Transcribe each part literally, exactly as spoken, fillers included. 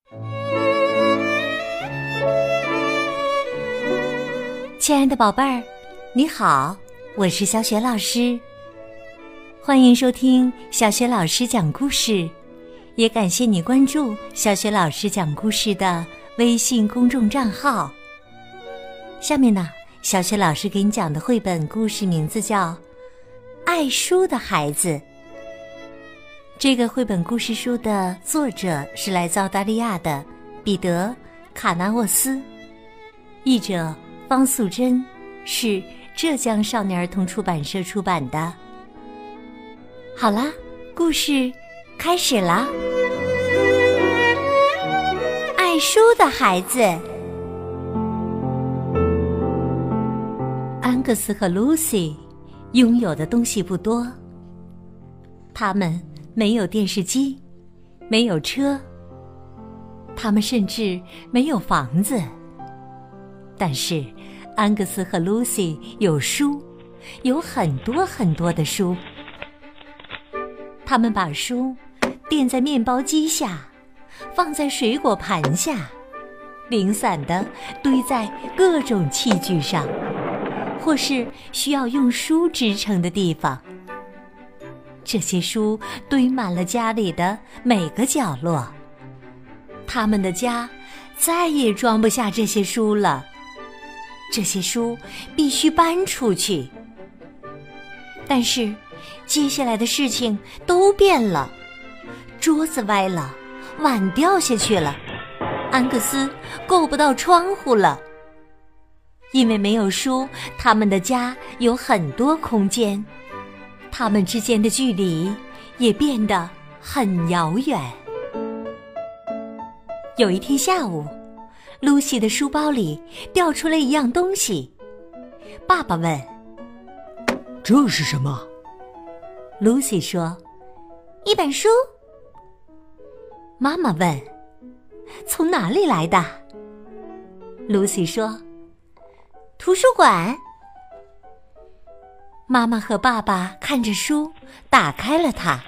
亲爱的宝贝儿，你好，我是小雪老师，欢迎收听小雪老师讲故事，也感谢你关注小雪老师讲故事的微信公众账号。下面呢，小雪老师给你讲的绘本故事名字叫《爱书的孩子》。这个绘本故事书的作者是来自澳大利亚的彼得·卡纳沃斯，译者方素珍，是浙江少年儿童出版社出版的。好啦，故事开始啦！爱书的孩子。安格斯和露西拥有的东西不多，他们没有电视机，没有车，他们甚至没有房子。但是安格斯和露西有书，有很多很多的书。他们把书垫在面包机下，放在水果盘下，零散地堆在各种器具上，或是需要用书支撑的地方。这些书堆满了家里的每个角落。他们的家再也装不下这些书了。这些书必须搬出去。但是接下来的事情都变了，桌子歪了，碗掉下去了，安格斯够不到窗户了。因为没有书，他们的家有很多空间，他们之间的距离也变得很遥远。有一天下午，露西的书包里掉出了一样东西。爸爸问： 这是什么？ 露西说：一本书。妈妈问：从哪里来的？露西说：图书馆。妈妈和爸爸看着书，打开了它。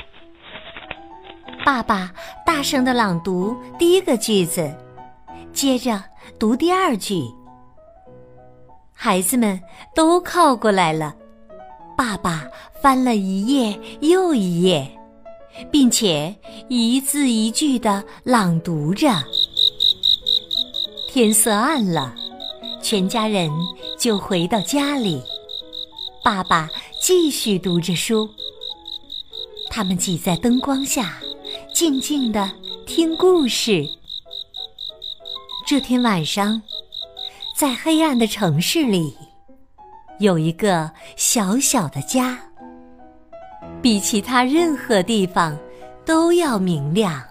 爸爸大声地朗读第一个句子，接着读第二句。孩子们都靠过来了，爸爸翻了一页又一页，并且一字一句地朗读着。天色暗了，全家人就回到家里。爸爸继续读着书，他们挤在灯光下，静静地听故事。这天晚上，在黑暗的城市里，有一个小小的家，比其他任何地方都要明亮。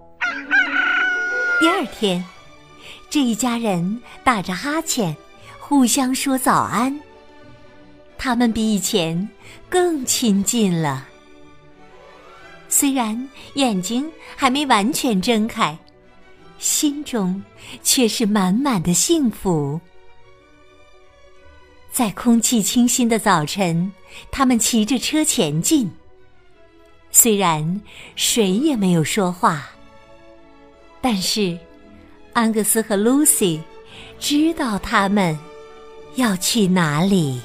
第二天，这一家人打着哈欠，互相说早安。他们比以前更亲近了。虽然眼睛还没完全睁开，心中却是满满的幸福。在空气清新的早晨，他们骑着车前进。虽然谁也没有说话，但是安格斯和露西知道他们要去哪里。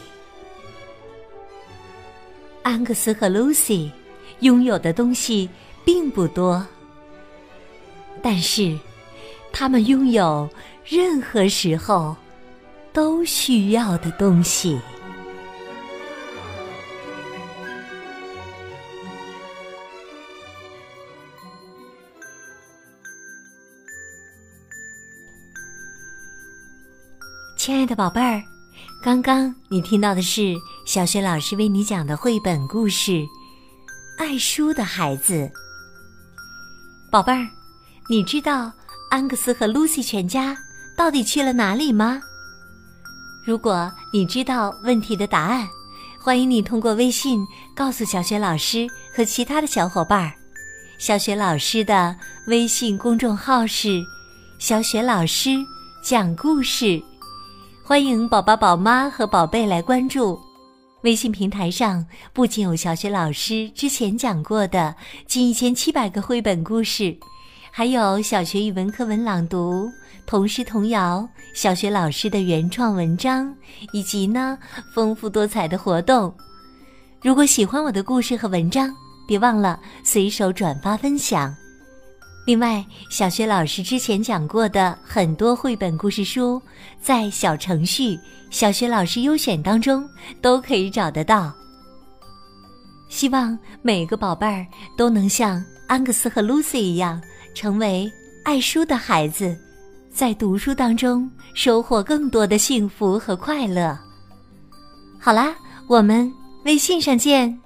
安格斯和露西拥有的东西并不多，但是他们拥有任何时候都需要的东西。亲爱的宝贝儿，刚刚你听到的是小雪老师为你讲的绘本故事《爱书的孩子》。宝贝儿，你知道安格斯和露西全家到底去了哪里吗？如果你知道问题的答案，欢迎你通过微信告诉小雪老师和其他的小伙伴。小雪老师的微信公众号是小雪老师讲故事，欢迎宝宝宝妈和宝贝来关注。微信平台上不仅有小雪老师之前讲过的近一千七百个绘本故事， 还有小学语文课文朗读、童诗童谣、小学老师的原创文章，以及呢丰富多彩的活动。如果喜欢我的故事和文章，别忘了随手转发分享。另外，小学老师之前讲过的很多绘本故事书，在小程序小学老师优选当中都可以找得到。希望每个宝贝儿都能像安格斯和 Lucy 一样，成为爱书的孩子，在读书当中收获更多的幸福和快乐。好啦，我们微信上见。